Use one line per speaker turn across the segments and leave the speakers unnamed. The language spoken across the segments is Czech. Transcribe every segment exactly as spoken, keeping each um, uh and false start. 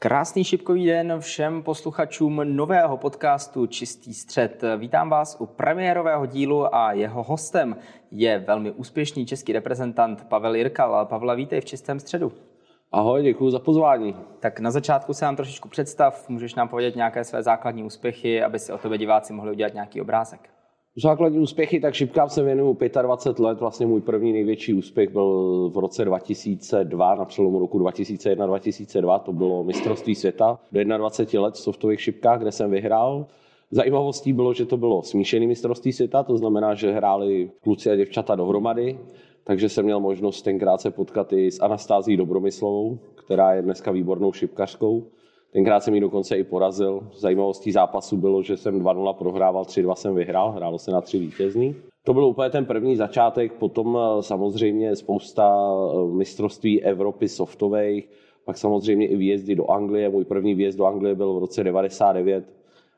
Krásný šipkový den všem posluchačům nového podcastu Čistý střed. Vítám vás u premiérového dílu a jeho hostem je velmi úspěšný český reprezentant Pavel Jirkal. Pavle, vítej v Čistém středu.
Ahoj, děkuji za pozvání.
Tak na začátku se nám trošičku představ, můžeš nám povědět nějaké své základní úspěchy, aby si o tobě diváci mohli udělat nějaký obrázek.
Základní úspěchy, tak šipkám se věnuju dvacet pět let, vlastně můj první největší úspěch byl v roce dva tisíce dva, na přelomu roku dva tisíce jedna dva tisíce dva, to bylo mistrovství světa do dvacet jedna let v softových šipkách, kde jsem vyhrál. Zajímavostí bylo, že to bylo smíšený mistrovství světa, to znamená, že hráli kluci a děvčata dohromady, takže jsem měl možnost tenkrát se potkat i s Anastázií Dobromyslovou, která je dneska výbornou šipkařkou. Tenkrát jsem ji dokonce i porazil. Zajímavostí zápasu bylo, že jsem dva nula prohrával, tři dva jsem vyhrál, hrálo se na tři vítězný. To byl úplně ten první začátek, potom samozřejmě spousta mistrovství Evropy softových, pak samozřejmě i výjezdy do Anglie. Můj první výjezd do Anglie byl v roce devadesát devět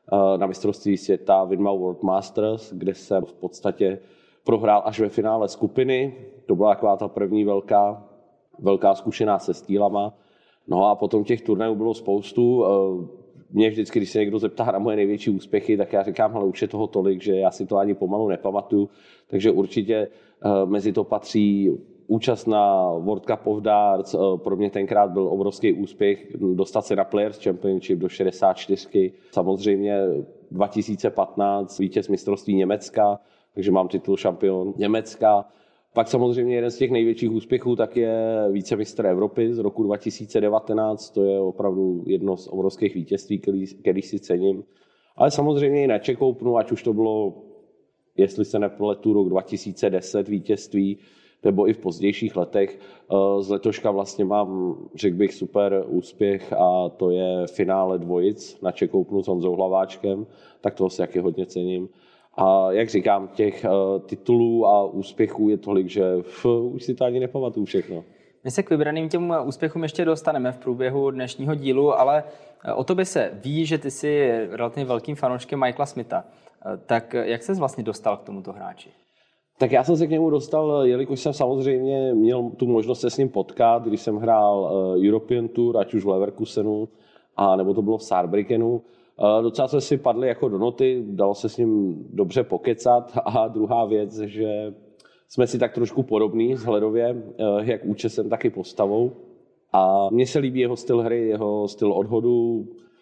na mistrovství světa Widmouth World Masters, kde jsem v podstatě prohrál až ve finále skupiny. To byla taková ta první velká, velká zkušená se stýlama. No a potom těch turnajů bylo spoustu. Mě vždycky, když se někdo zeptá na moje největší úspěchy, tak já říkám, ale už je toho tolik, že já si to ani pomalu nepamatuju. Takže určitě mezi to patří účast na World Cup of Darts. Pro mě tenkrát byl obrovský úspěch dostat se na Players Championship do šedesát čtyři. Samozřejmě dva tisíce patnáct vítěz mistrovství Německa, takže mám titul šampion Německa. Pak samozřejmě jeden z těch největších úspěchů tak je vícemistr Evropy z roku dva tisíce devatenáct. To je opravdu jedno z obrovských vítězství, který, který si cením. Ale samozřejmě i na Czech Openu, ať už to bylo, jestli se nepletu, rok dva tisíce deset vítězství, nebo i v pozdějších letech. Z letoška vlastně mám, řekl bych, super úspěch a to je finále dvojic na Czech Openu s Honzou Hlaváčkem, tak toho si taky hodně cením. A jak říkám, těch uh, titulů a úspěchů je tolik, že f, už si to ani nepamatuju všechno.
My se k vybraným těm úspěchům ještě dostaneme v průběhu dnešního dílu, ale o tobě se ví, že ty jsi relativně velkým fanouškem Michaela Smitha. Tak jak ses vlastně dostal k tomuto hráči?
Tak já jsem se k němu dostal, jelikož jsem samozřejmě měl tu možnost se s ním potkat, když jsem hrál European Tour, ať už v Leverkusenu, a nebo to bylo v Saarbrückenu. Docela jsme si padli jako do noty, dalo se s ním dobře pokecat a druhá věc, že jsme si tak trošku podobní vzhledově, jak účesem, tak i postavou. A mně se líbí jeho styl hry, jeho styl odhodu.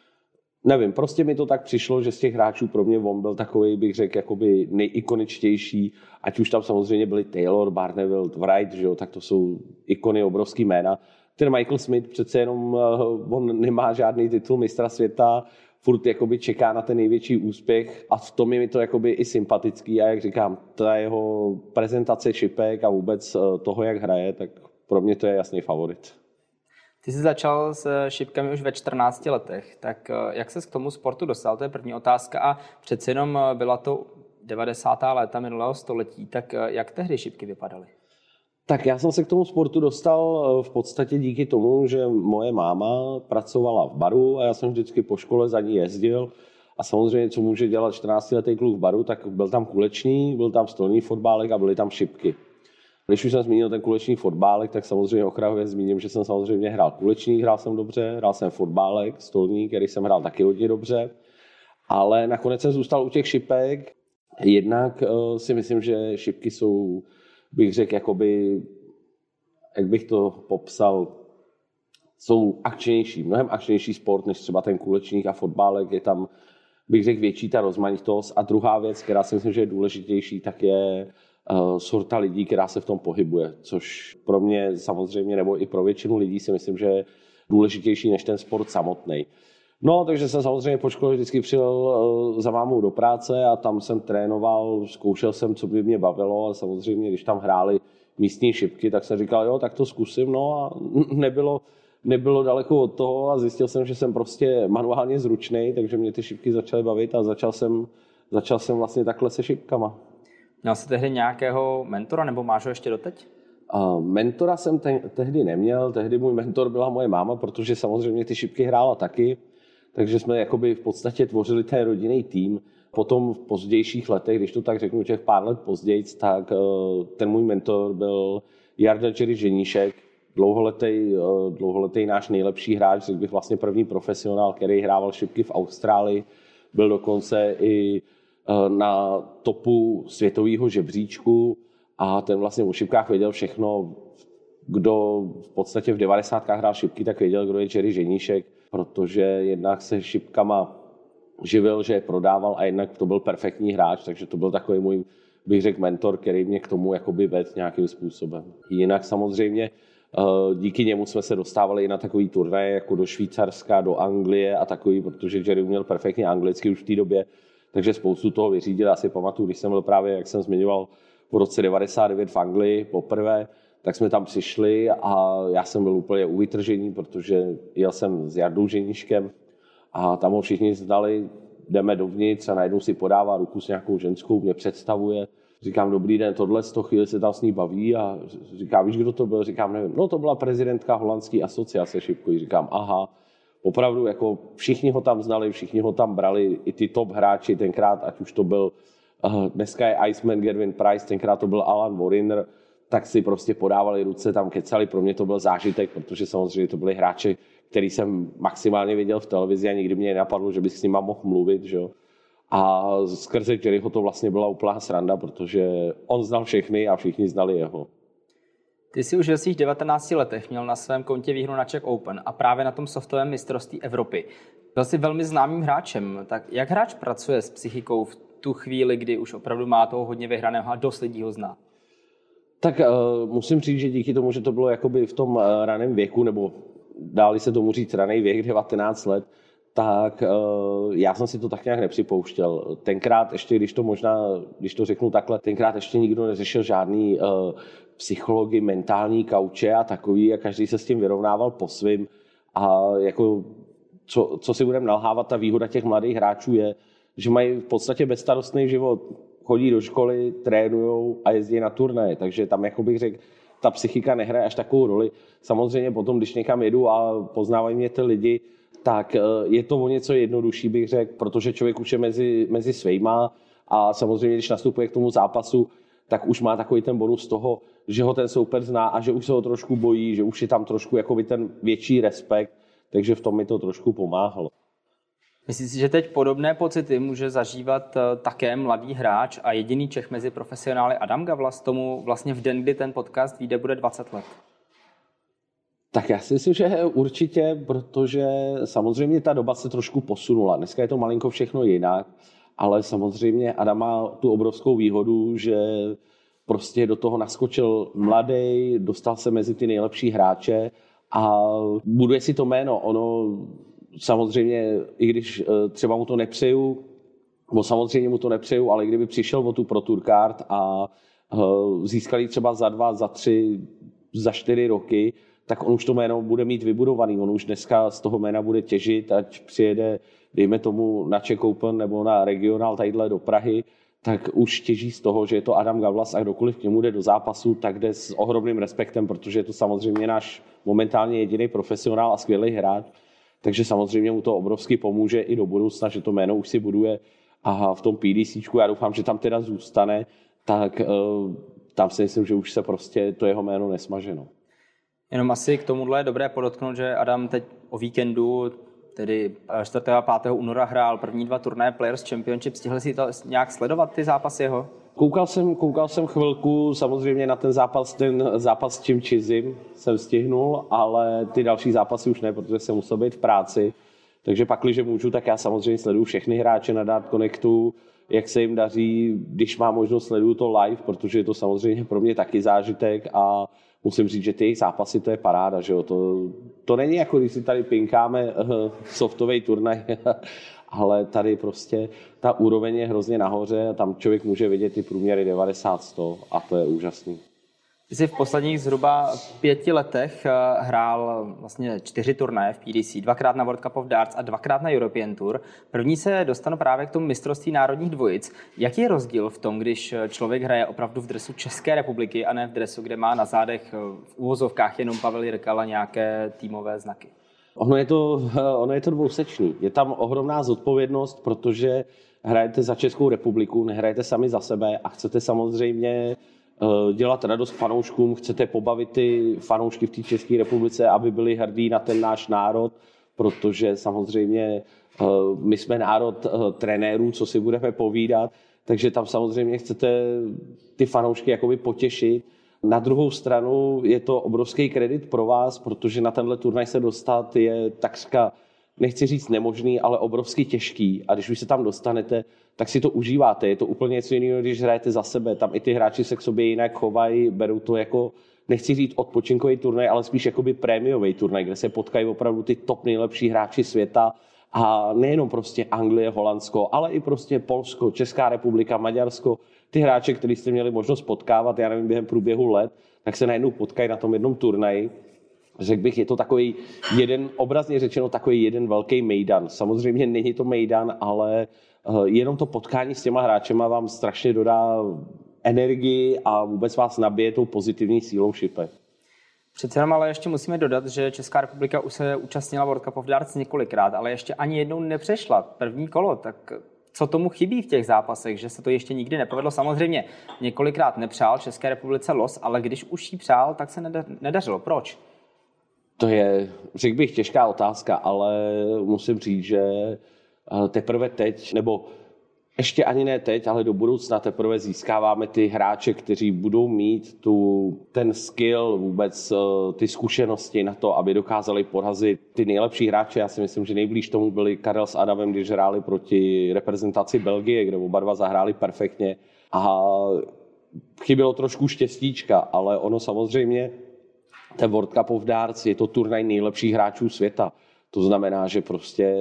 Nevím, prostě mi to tak přišlo, že z těch hráčů pro mě on byl takový, bych řekl, jakoby nejikoničtější, ať už tam samozřejmě byli Taylor, Barneveld, Wright, že jo, tak to jsou ikony, obrovský jména. Ten Michael Smith přece jenom, on nemá žádný titul mistra světa, furt jakoby čeká na ten největší úspěch a v tom je mi to jakoby i sympatický a jak říkám, ta jeho prezentace šipek a vůbec toho, jak hraje, tak pro mě to je jasný favorit.
Ty jsi začal s šipkami už ve čtrnácti letech, tak jak ses k tomu sportu dostal? To je první otázka a přece jenom byla to devadesátá léta minulého století, tak jak tehdy šipky vypadaly?
Tak já jsem se k tomu sportu dostal v podstatě díky tomu, že moje máma pracovala v baru a já jsem vždycky po škole za ní jezdil. A samozřejmě, co může dělat čtrnáctiletý kluk v baru, tak byl tam kulečník, byl tam stolní fotbálek a byly tam šipky. Když už jsem zmínil ten kuleční fotbálek, tak samozřejmě okrajově zmíním, že jsem samozřejmě hrál kulečník, hrál jsem dobře, hrál jsem fotbálek, stolní, který jsem hrál taky hodně dobře. Ale nakonec jsem zůstal u těch šipek. Jednak uh, si myslím, že šipky jsou, bych řekl, jakoby, jak bych to popsal, jsou akčnější, mnohem akčnější sport, než třeba ten kulečník a fotbálek. Je tam, bych řekl, větší ta rozmanitost. A druhá věc, která si myslím, že je důležitější, tak je uh, sorta lidí, která se v tom pohybuje, což pro mě samozřejmě, nebo i pro většinu lidí si myslím, že je důležitější než ten sport samotný. No, takže jsem samozřejmě po škole vždycky přijel uh, za mámou do práce a tam jsem trénoval, zkoušel jsem, co by mě bavilo a samozřejmě, když tam hráli místní šipky, tak jsem říkal, jo, tak to zkusím, no a nebylo, nebylo daleko od toho a zjistil jsem, že jsem prostě manuálně zručnej, takže mě ty šipky začaly bavit a začal jsem, začal jsem vlastně takhle se šipkama.
Měl jsi tehdy nějakého mentora nebo máš ho ještě doteď?
Uh, mentora jsem te- tehdy neměl, tehdy můj mentor byla moje máma, protože samozřejmě ty šipky hrála taky. Takže jsme jakoby v podstatě tvořili ten rodinný tým. Potom v pozdějších letech, když to tak řeknu, těch pár let později, tak ten můj mentor byl Jarda Jerry Ženíšek, dlouholetý, dlouholetý náš nejlepší hráč, řekl bych vlastně první profesionál, který hrával šipky v Austrálii, byl dokonce i na topu světového žebříčku a ten vlastně o šipkách věděl všechno. Kdo v podstatě v devadesátkách hrál šipky, tak věděl, kdo je Jerry Ženíšek, protože jednak se šipkama živil, že je prodával a jednak to byl perfektní hráč, takže to byl takový můj, bych řekl, mentor, který mě k tomu jakoby vedl nějakým způsobem. Jinak samozřejmě díky němu jsme se dostávali i na takový turnaje jako do Švýcarska, do Anglie a takový, protože Jerry uměl perfektně anglicky už v té době, takže spoustu toho vyřídil. Já si pamatuju, když jsem byl právě, jak jsem zmiňoval, v roce devadesát devět v Anglii poprvé, tak jsme tam přišli a já jsem byl úplně u vytržení, protože jel jsem s Jardou Ženíškem a tam ho všichni znali, jdeme dovnitř a najednou si podává ruku s nějakou ženskou, mě představuje. Říkám, dobrý den, tohle z toho chvíli se tam s ní baví a říká, víš, kdo to byl? Říkám, nevím, no to byla prezidentka holandské asociace šipkový. Říkám, aha, opravdu jako všichni ho tam znali, všichni ho tam brali, i ty top hráči tenkrát, ať už to byl, uh, dneska je Iceman Gervin Price, tenkrát to byl Alan Wariner, tak si prostě podávali ruce, tam kecali, pro mě to byl zážitek, protože samozřejmě to byli hráči, který jsem maximálně viděl v televizi a nikdy mě nenapadlo, že bych s nima mohl mluvit, že jo. A skrze Jerryho to vlastně byla úplná sranda, protože on znal všechny a všichni znali jeho.
Ty jsi už ve svých devatenácti letech měl na svém kontě výhru na Czech Open a právě na tom softovém mistrovství Evropy. Byl jsi velmi známým hráčem, tak jak hráč pracuje s psychikou v tu chvíli, kdy už opravdu má toho hodně vyhraného a dost lidí ho zná?
Tak uh, musím říct, že díky tomu, že to bylo jakoby v tom uh, raném věku, nebo dáli se tomu říct raný věk, devatenáct let, tak uh, já jsem si to tak nějak nepřipouštěl. Tenkrát ještě, když to možná, když to řeknu takhle, tenkrát ještě nikdo neřešil žádný uh, psychologii, mentální kauče a takový a každý se s tím vyrovnával po svým. A jako, co, co si budeme nalhávat, ta výhoda těch mladých hráčů je, že mají v podstatě bezstarostný život. Chodí do školy, trénujou a jezdí na turnaje, takže tam, jako bych řekl, ta psychika nehraje až takovou roli. Samozřejmě potom, když někam jedu a poznávají mě ty lidi, tak je to o něco jednodušší, bych řekl, protože člověk už je mezi, mezi svejma a samozřejmě, když nastupuje k tomu zápasu, tak už má takový ten bonus toho, že ho ten soupeř zná a že už se ho trošku bojí, že už je tam trošku jakoby ten větší respekt, takže v tom mi to trošku pomáhalo.
Myslíš si, že teď podobné pocity může zažívat také mladý hráč a jediný Čech mezi profesionály Adam Gavlas, tomu vlastně v den, kdy ten podcast vyjde, bude dvacet let?
Tak já si myslím, že určitě, protože samozřejmě ta doba se trošku posunula. Dneska je to malinko všechno jinak, ale samozřejmě Adam má tu obrovskou výhodu, že prostě do toho naskočil mladý, dostal se mezi ty nejlepší hráče a buduje si to jméno. Ono samozřejmě, i když třeba mu to nepřeju, bo samozřejmě mu to nepřeju, ale kdyby přišel o tu Pro Tour Card a získali třeba za dva, za tři, za čtyři roky, tak on už to jméno bude mít vybudovaný. On už dneska z toho jména bude těžit, ať přijede, dejme tomu, na Czech Open nebo na regionál tadyhle do Prahy, tak už těží z toho, že je to Adam Gavlas a kdokoliv k němu jde do zápasu, tak jde s ohromným respektem, protože je to samozřejmě náš momentálně jediný profesionál a skvělý hráč. Takže samozřejmě mu to obrovsky pomůže i do budoucna, že to jméno už si buduje a v tom PDCčku, já doufám, že tam teda zůstane, tak uh, tam si myslím, že už se prostě to jeho jméno nesmaženo.
Jenom asi k tomuhle je dobré podotknout, že Adam teď o víkendu, tedy čtvrtého a pátého února hrál první dva turnaje Players Championship. Stihl si to nějak sledovat, ty zápasy jeho?
Koukal jsem, koukal jsem chvilku, samozřejmě na ten zápas, ten zápas s Tim Chizim jsem stihnul, ale ty další zápasy už ne, protože jsem musel být v práci. Takže pak, když můžu, tak já samozřejmě sleduju všechny hráče na Dart Connectu, jak se jim daří, když mám možnost sleduju to live, protože je to samozřejmě pro mě taky zážitek a musím říct, že ty jejich zápasy, to je paráda, že jo? To, to není jako, když si tady pinkáme uh, softový turnaj, ale tady prostě ta úroveň je hrozně nahoře a tam člověk může vidět ty průměry devadesát sto a to je úžasný.
Ty jsi v posledních zhruba pěti letech hrál vlastně čtyři turnaje v P D C, dvakrát na World Cup of Darts a dvakrát na European Tour. První se dostanu právě k tomu mistrovství národních dvojic. Jaký je rozdíl v tom, když člověk hraje opravdu v dresu České republiky a ne v dresu, kde má na zádech v úvozovkách jenom Pavel Jirkal a nějaké týmové znaky?
Ono je to, ono je to dvousečný. Je tam ohromná zodpovědnost, protože hrajete za Českou republiku, nehrajete sami za sebe a chcete samozřejmě dělat radost fanouškům, chcete pobavit ty fanoušky v té České republice, aby byli hrdí na ten náš národ, protože samozřejmě my jsme národ trenérů, co si budeme povídat, takže tam samozřejmě chcete ty fanoušky jakoby potěšit. Na druhou stranu je to obrovský kredit pro vás, protože na tenhle turnaj se dostat je takřka, nechci říct nemožný, ale obrovsky těžký. A když už se tam dostanete, tak si to užíváte. Je to úplně něco jiného, když hrajete za sebe. Tam i ty hráči se k sobě jinak chovají, berou to jako, nechci říct odpočinkový turnaj, ale spíš jakoby prémiový turnaj, kde se potkají opravdu ty top nejlepší hráči světa. A nejenom prostě Anglie, Holandsko, ale i prostě Polsko, Česká republika, Maďarsko. Ty hráče, který jste měli možnost potkávat, já nevím, během průběhu let, tak se najednou potkají na tom jednom turnaji. Řekl bych, je to takový jeden, obrazně řečeno, takový jeden velký mejdan. Samozřejmě není to mejdan, ale jenom to potkání s těma hráčema vám strašně dodá energii a vůbec vás nabije tou pozitivní sílou šipe.
Přece jenom ale ještě musíme dodat, že Česká republika už se účastnila World Cup of Darts několikrát, ale ještě ani jednou nepřešla první kolo, tak co tomu chybí v těch zápasech, že se to ještě nikdy nepovedlo? Samozřejmě několikrát nepřál České republice los, ale když už jí přál, tak se nedařilo. Proč?
To je, řekl bych, těžká otázka, ale musím říct, že teprve teď, nebo ještě ani ne teď, ale do budoucna teprve získáváme ty hráče, kteří budou mít tu, ten skill, vůbec ty zkušenosti na to, aby dokázali porazit ty nejlepší hráče. Já si myslím, že nejblíž tomu byli Karel s Adamem, když hráli proti reprezentaci Belgie, kde oba dva zahráli perfektně. A chybělo trošku štěstíčka, ale ono samozřejmě, ten World Cup of Darts je to turnaj nejlepších hráčů světa. To znamená, že prostě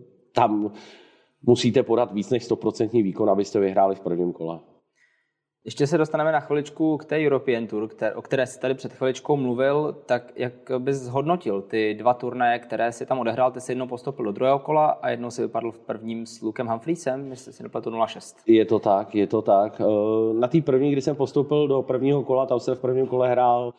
tam musíte podat víc než sto procent výkon, abyste vyhráli v prvním kole.
Ještě se dostaneme na chviličku k té European Tour, které, o které jsi tady před chviličkou mluvil. Tak jak bys zhodnotil ty dva turnaje, které si tam odehrál? Ty jsi jednou postoupil do druhého kola a jednou si vypadl v prvním s Lukem Humphreysem, jestli si dopletl nula šest.
Je to tak, je to tak. Na té první, kdy jsem postoupil do prvního kola, tam jsem v prvním kole hrál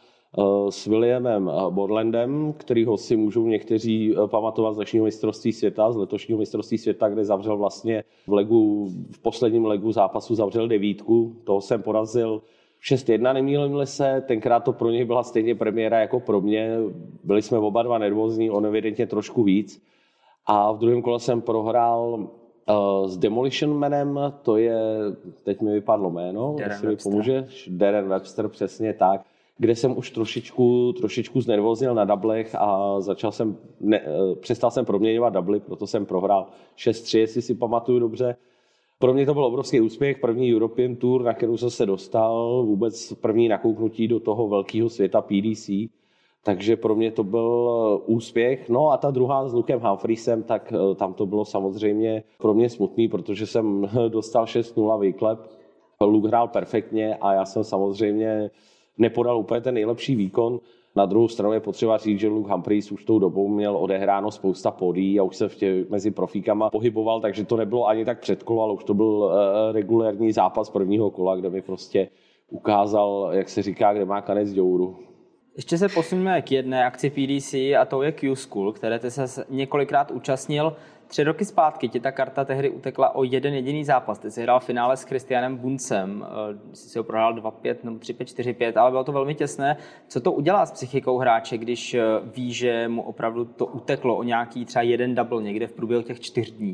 s Williamem Borlandem, kterýho si můžou někteří pamatovat z dnešního mistrovství světa, z letošního mistrovství světa, kde zavřel vlastně v legu, v posledním legu zápasu zavřel devítku. Toho jsem porazil šest jedna, nemýlím se, tenkrát to pro něj byla stejně premiéra jako pro mě. Byli jsme oba dva nervózní, on evidentně trošku víc. A v druhém kole jsem prohrál uh, s Demolition Manem, to je, teď mi vypadlo jméno, jestli mi pomůžeš, Darren Webster, přesně tak, kde jsem už trošičku, trošičku znervóznil na dublech a začal jsem, ne, přestal jsem proměňovat dubly, proto jsem prohrál šest tři, jestli si pamatuju dobře. Pro mě to byl obrovský úspěch, první European Tour, na kterou jsem se dostal, vůbec první nakouknutí do toho velkého světa P D C, takže pro mě to byl úspěch. No a ta druhá s Lukem Humphreysem, tak tam to bylo samozřejmě pro mě smutný, protože jsem dostal šest nula výklep. Luke hrál perfektně a já jsem samozřejmě nepodal úplně ten nejlepší výkon. Na druhou stranu je potřeba říct, že Luke Humphreys už tou dobou měl odehráno spousta pódií a už se v tě, mezi profíkama pohyboval, takže to nebylo ani tak předkolo, ale už to byl uh, regulérní zápas prvního kola, kde mi prostě ukázal, jak se říká, kde má kanec děuru.
Ještě se posuneme k jedné akci P D C a to je Q-School, které ty se několikrát účastnil. Tři roky zpátky ti ta karta tehdy utekla o jeden jediný zápas. Ty jsi hrál v finále s Christianem Buncem, jsi si ho prohrál dva pět nebo tři pět, čtyři pět, ale bylo to velmi těsné. Co to udělá s psychikou hráče, když ví, že mu opravdu to uteklo o nějaký třeba jeden double někde v průběhu těch čtyř dní?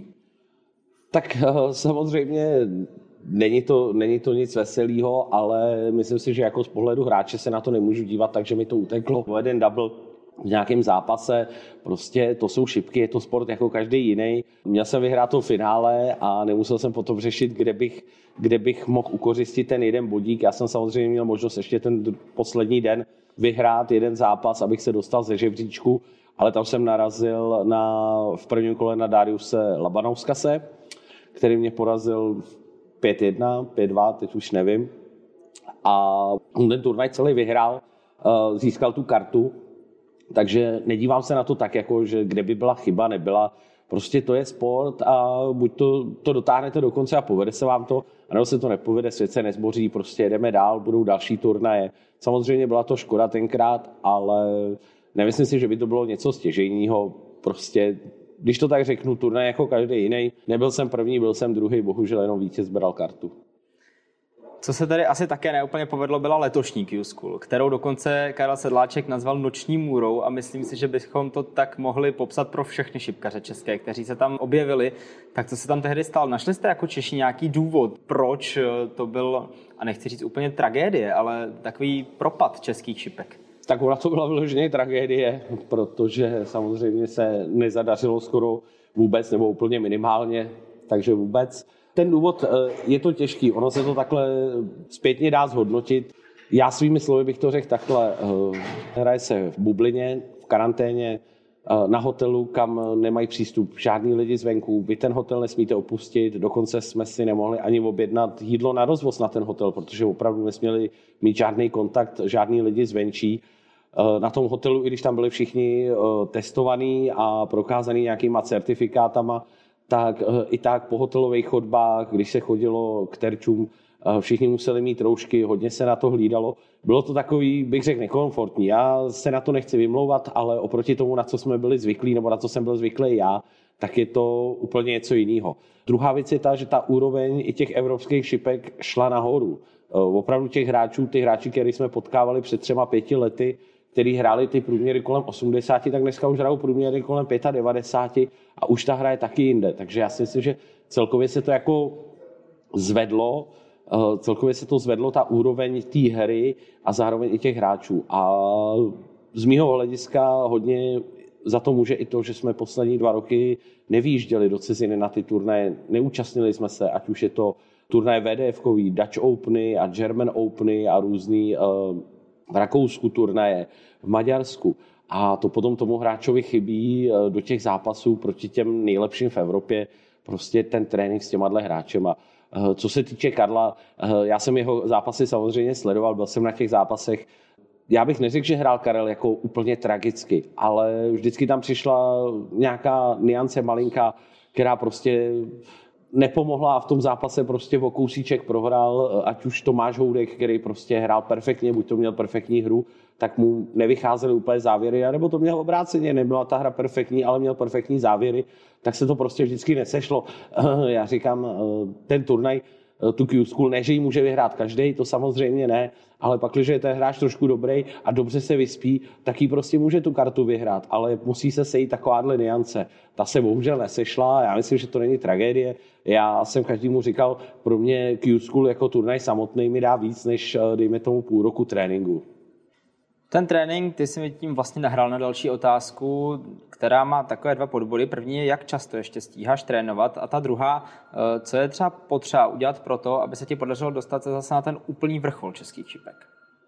Tak samozřejmě není to, není to nic veselého, ale myslím si, že jako z pohledu hráče se na to nemůžu dívat, takže mi to uteklo o jeden double v nějakém zápase. Prostě to jsou šipky, je to sport jako každý jiný. Měl jsem vyhrát to finále a nemusel jsem potom řešit, kde bych, kde bych mohl ukořistit ten jeden bodík. Já jsem samozřejmě měl možnost ještě ten poslední den vyhrát jeden zápas, abych se dostal ze žebříčku, ale tam jsem narazil na, v prvním kole na Dariuse Labanauskase, který mě porazil pět jedna, pět dva, teď už nevím. A ten turnaj celý vyhrál, získal tu kartu, takže nedívám se na to tak, jako, že kde by byla chyba, nebyla. Prostě to je sport a buď to, to dotáhnete do konce a povede se vám to, anebo se to nepovede, svět se nezboří, prostě jedeme dál, budou další turnaje. Samozřejmě byla to škoda tenkrát, ale nemyslím si, že by to bylo něco stěžejního. Prostě, když to tak řeknu, turnaj jako každý jiný. Nebyl jsem první, byl jsem druhý, bohužel jenom vítěz bral kartu.
Co se tady asi také neúplně povedlo, byla letošní Q-School, kterou dokonce Karel Sedláček nazval noční můrou a myslím si, že bychom to tak mohli popsat pro všechny šipkaře české, kteří se tam objevili. Tak co se tam tehdy stalo? Našli jste jako Češi nějaký důvod, proč to byl, a nechci říct úplně tragédie, ale takový propad českých šipek?
Tak ona to byla vyloženě tragédie, protože samozřejmě se nezadařilo skoro vůbec nebo úplně minimálně, takže vůbec. Ten důvod je to těžký, ono se to takhle zpětně dá zhodnotit. Já svými slovy bych to řekl takhle, hraje se v bublině, v karanténě, na hotelu, kam nemají přístup žádní lidi zvenku. Vy ten hotel nesmíte opustit, dokonce jsme si nemohli ani objednat jídlo na rozvoz na ten hotel, protože opravdu nesměli mít žádný kontakt, žádní lidi zvenčí. Na tom hotelu, i když tam byli všichni testovaní a prokázaný nějakýma certifikátama, tak i tak po hotelových chodbách, když se chodilo k terčům, všichni museli mít roušky, hodně se na to hlídalo. Bylo to takový, bych řekl, nekomfortní. Já se na to nechci vymlouvat, ale oproti tomu, na co jsme byli zvyklí, nebo na co jsem byl zvyklý já, tak je to úplně něco jiného. Druhá věc je ta, že ta úroveň i těch evropských šipek šla nahoru. Opravdu těch hráčů, ty hráči, který jsme potkávali před třema pěti lety, který hráli ty průměry kolem osmdesáti, tak dneska už hrajou průměry kolem devadesát pět a už ta hra je taky jinde. Takže já si myslím, že celkově se to jako zvedlo, celkově se to zvedlo, ta úroveň té hry a zároveň i těch hráčů. A z mýho hlediska hodně za to může i to, že jsme poslední dva roky nevýjížděli do ciziny na ty turnaje, neúčastnili jsme se, ať už je to turnaje V D F-kový, Dutch Openy a German Openy a různý v Rakousku turnaje, v Maďarsku. A to potom tomu hráčovi chybí do těch zápasů proti těm nejlepším v Evropě, prostě ten trénink s těma hráčema. Co se týče Karla, já jsem jeho zápasy samozřejmě sledoval, byl jsem na těch zápasech. Já bych neřekl, že hrál Karel jako úplně tragicky, ale vždycky tam přišla nějaká nuance malinká, která prostě nepomohla a v tom zápase prostě o kousíček prohrál, ať už Tomáš Houdek, který prostě hrál perfektně, buď to měl perfektní hru, tak mu nevycházely úplně závěry, nebo to měl obráceně, nebyla ta hra perfektní, ale měl perfektní závěry, tak se to prostě vždycky nesešlo. Já říkám, ten turnaj, tu Q-School, ne, že ji může vyhrát každý, to samozřejmě ne, ale pak, když je ten hráč trošku dobrý a dobře se vyspí, tak ji prostě může tu kartu vyhrát, ale musí se sejít takováhle nuance. Ta se bohužel nesešla, já myslím, že to není tragédie. Já jsem každému říkal, pro mě Q-School jako turnaj samotný mi dá víc, než dejme tomu půl roku tréninku.
Ten trénink, ty jsi mi tím vlastně nahrál na další otázku, která má takové dva podbody. První je, jak často ještě stíháš trénovat, a ta druhá, co je třeba potřeba udělat pro to, aby se ti podařilo dostat se zase na ten úplný vrchol českých šipek.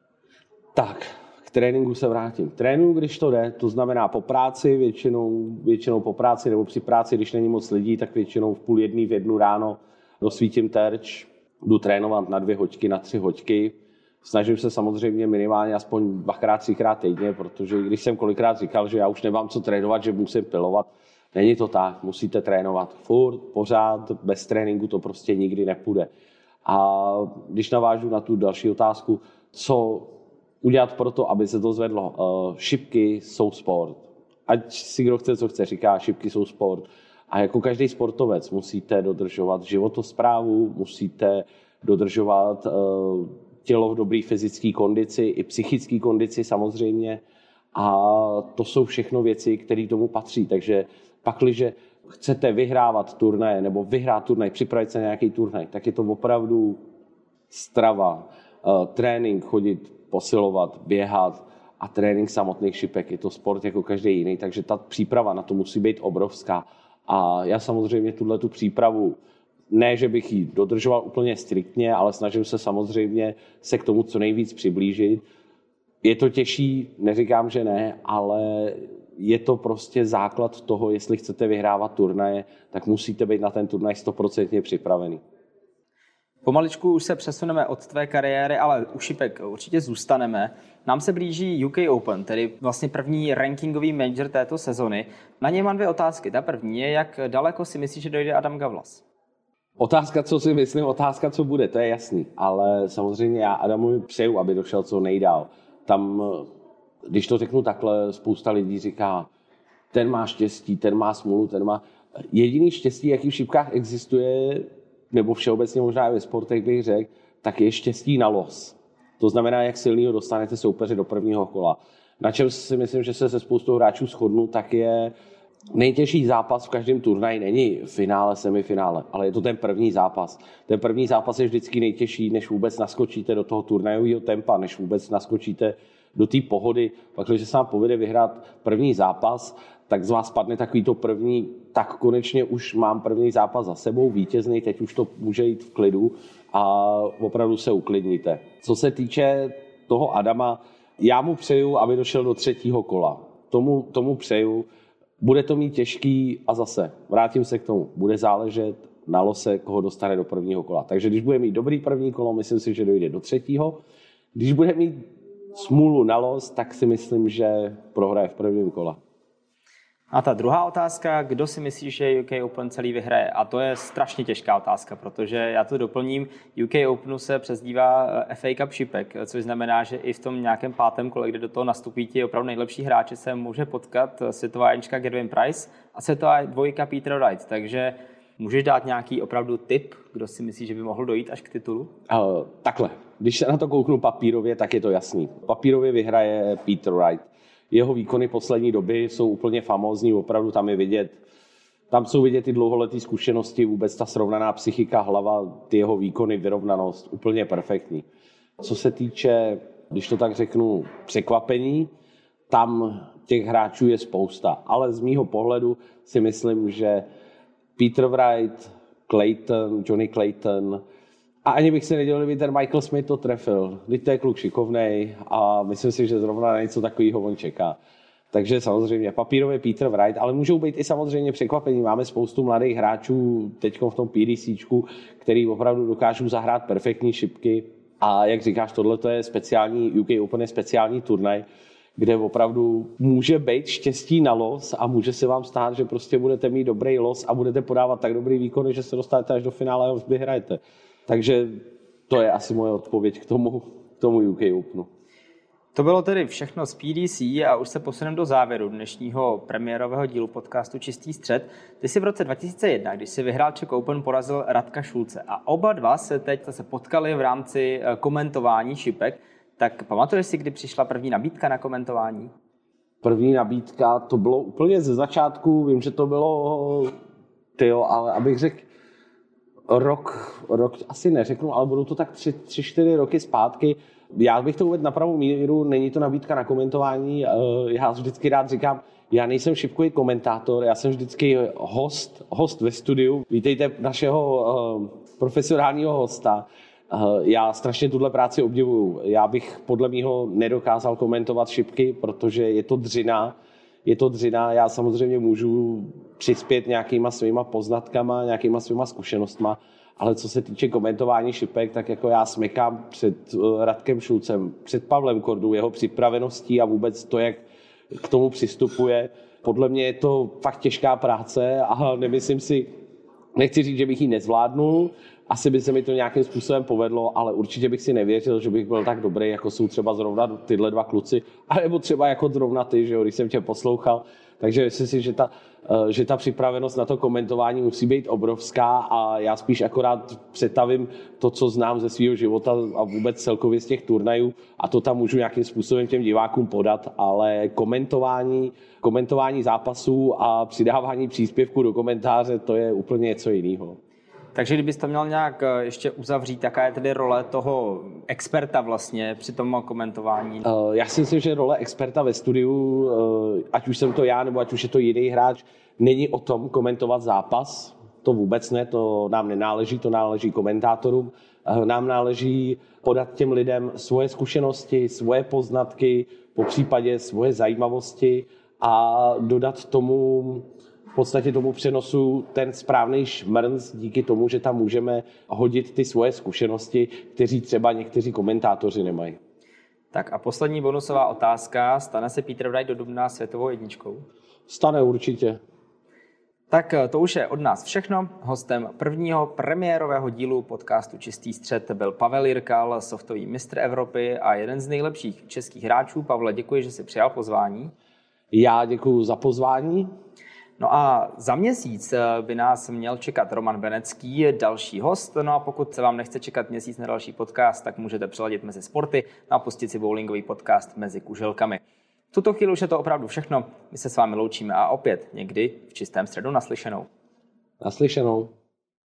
Tak, k tréninku se vrátím. Trénuju, když to jde, to znamená po práci, většinou, většinou po práci nebo při práci, když není moc lidí, tak většinou v půl jedný, v jednu ráno dosvítím terč, jdu trénovat na dvě hoďky, na tři hoďky. Snažím se samozřejmě minimálně aspoň dvakrát, třikrát týdně, protože když jsem kolikrát říkal, že já už nemám co trénovat, že musím pilovat, není to tak, musíte trénovat furt, pořád, bez tréninku to prostě nikdy nepůjde. A když navážu na tu další otázku, co udělat pro to, aby se to zvedlo? Šipky jsou sport. Ať si kdo chce, co chce, říká, šipky jsou sport. A jako každý sportovec musíte dodržovat životosprávu, musíte dodržovat tělo v dobré fyzické kondici, i psychické kondici samozřejmě. A to jsou všechno věci, které tomu patří. Takže pakliže chcete vyhrávat turnaje nebo vyhrát turnaj, připravit se na nějaký turnaj, tak je to opravdu strava, trénink, chodit, posilovat, běhat a trénink samotných šipek. Je to sport jako každý jiný, takže ta příprava na to musí být obrovská. A já samozřejmě tuhle tu přípravu ne, že bych ji dodržoval úplně striktně, ale snažím se samozřejmě se k tomu co nejvíc přiblížit. Je to těžší, neříkám, že ne, ale je to prostě základ toho, jestli chcete vyhrávat turnaje, tak musíte být na ten turnaj stoprocentně připravený.
Pomaličku už se přesuneme od tvé kariéry, ale u šipek určitě zůstaneme. Nám se blíží U K Open, tedy vlastně první rankingový major této sezony. Na něj mám dvě otázky. Ta první je, jak daleko si myslíš, že dojde Adam Gavlas?
Otázka, co si myslím, otázka, co bude, to je jasný. Ale samozřejmě já Adamovi přeju, aby došel co nejdál. Tam, když to řeknu takhle, spousta lidí říká, ten má štěstí, ten má smůlu, ten má... Jediný štěstí, jaký v šipkách existuje, nebo všeobecně možná i ve sportech bych řekl, tak je štěstí na los. To znamená, jak silného dostanete soupeře do prvního kola. Na čem si myslím, že se se spoustou hráčů shodnu, tak je nejtěžší zápas v každém turnaji není finále, semifinále, ale je to ten první zápas. Ten první zápas je vždycky nejtěžší, než vůbec naskočíte do toho turnajového tempa, než vůbec naskočíte do té pohody. Pak, když se vám povede vyhrát první zápas, tak z vás spadne takový to první, tak konečně už mám první zápas za sebou, vítězný, teď už to může jít v klidu a opravdu se uklidníte. Co se týče toho Adama, já mu přeju, aby došel do třetího kola. Tomu, tomu přeju. Bude to mít těžký a zase vrátím se k tomu. Bude záležet na lose, koho dostane do prvního kola. Takže když bude mít dobrý první kolo, myslím si, že dojde do třetího. Když bude mít smůlu na los, tak si myslím, že prohraje v prvním kole.
A ta druhá otázka, kdo si myslí, že U K Open celý vyhraje? A to je strašně těžká otázka, protože já to doplním, U K Openu se přezdívá F A Cup šipek, což znamená, že i v tom nějakém pátém kole, kde do toho nastupí ti opravdu nejlepší hráči, se může potkat světová jednička Gervin Price a světová dvojka Peter Wright. Takže můžeš dát nějaký opravdu tip, kdo si myslí, že by mohl dojít až k titulu?
Uh, takhle, když se na to kouknu papírově, tak je to jasný. Papírově vyhraje Peter Wright. Jeho výkony poslední doby jsou úplně famózní, opravdu tam je vidět, tam jsou vidět ty dlouholetý zkušenosti, vůbec ta srovnaná psychika, hlava, ty jeho výkony, vyrovnanost, úplně perfektní. Co se týče, když to tak řeknu, překvapení, tam těch hráčů je spousta, ale z mýho pohledu si myslím, že Peter Wright, Clayton, Johnny Clayton, a ani bych si nedělal, kdyby ten Michael Smith to trefil. Teď to je kluk šikovnej a myslím si, že zrovna na něco takového on čeká. Takže samozřejmě papírově Peter Wright, ale můžou být i samozřejmě překvapení. Máme spoustu mladých hráčů teď v tom PDCčku, který opravdu dokážou zahrát perfektní šipky. A jak říkáš, tohle je speciální, U K Open je speciální turnaj, kde opravdu může být štěstí na los a může se vám stát, že prostě budete mít dobrý los a budete podávat tak dobrý výkony, že se dostanete až do finále a vyhrajete. Takže to je asi moje odpověď k tomu, k tomu U K Openu.
To bylo tedy všechno z P D C a už se posuneme do závěru dnešního premiérového dílu podcastu Čistý střed. Ty jsi v roce dva tisíce jedna, když si vyhrál Czech Open, porazil Radka Šulce a oba dva se teď se potkali v rámci komentování šipek. Tak pamatuješ si, kdy přišla první nabídka na komentování?
První nabídka, to bylo úplně ze začátku, vím, že to bylo, tyjo, ale abych řekl, Rok, rok asi neřeknu, ale budou to tak tři, tři, čtyři roky zpátky. Já bych to uvedl na pravou míru, není to nabídka na komentování. Já vždycky rád říkám, já nejsem šipkový komentátor, já jsem vždycky host, host ve studiu. Vítejte našeho uh, profesionálního hosta. Uh, já strašně tuhle práci obdivuju. Já bych podle mýho nedokázal komentovat šipky, protože je to dřina. Je to dřina, já samozřejmě můžu přispět nějakýma svýma poznatkama, nějakýma svýma zkušenostma, ale co se týče komentování šipek, tak jako já smekám před Radkem Šulcem, před Pavlem Kordou, jeho připraveností a vůbec to, jak k tomu přistupuje. Podle mě je to fakt těžká práce a nemyslím si, nechci říct, že bych ji nezvládnul, asi by se mi to nějakým způsobem povedlo, ale určitě bych si nevěřil, že bych byl tak dobrý, jako jsou třeba zrovna tyhle dva kluci, anebo třeba jako zrovna ty, že jo, když jsem tě poslouchal. Takže myslím si, že ta, že ta připravenost na to komentování musí být obrovská a já spíš akorát přetavím to, co znám ze svého života a vůbec celkově z těch turnajů a to tam můžu nějakým způsobem těm divákům podat, ale komentování, komentování zápasů a přidávání příspěvků do komentáře, to je úplně něco jiného.
Takže kdybys to měl nějak ještě uzavřít, jaká je tedy role toho experta vlastně při tom komentování?
Já si myslím, že role experta ve studiu, ať už jsem to já, nebo ať už je to jiný hráč, není o tom komentovat zápas. To vůbec ne, to nám nenáleží, to náleží komentátorům. Nám náleží podat těm lidem svoje zkušenosti, svoje poznatky, popřípadě svoje zajímavosti a dodat tomu v podstatě tomu přenosu ten správný šmrnc díky tomu, že tam můžeme hodit ty svoje zkušenosti, kteří třeba někteří komentátoři nemají.
Tak a poslední bonusová otázka. Stane se Peter Wright do dubna světovou jedničkou?
Stane určitě.
Tak to už je od nás všechno. Hostem prvního premiérového dílu podcastu Čistý střed byl Pavel Jirkal, softový mistr Evropy a jeden z nejlepších českých hráčů. Pavle, děkuji, že jsi přijal pozvání.
Já děkuji za pozvání.
No a za měsíc by nás měl čekat Roman Benecký, další host. No a pokud se vám nechce čekat měsíc na další podcast, tak můžete přeladit mezi sporty a pustit si bowlingový podcast Mezi kuželkami. V tuto chvíli už je to opravdu všechno. My se s vámi loučíme a opět někdy v čistém středu naslyšenou.
Naslyšenou.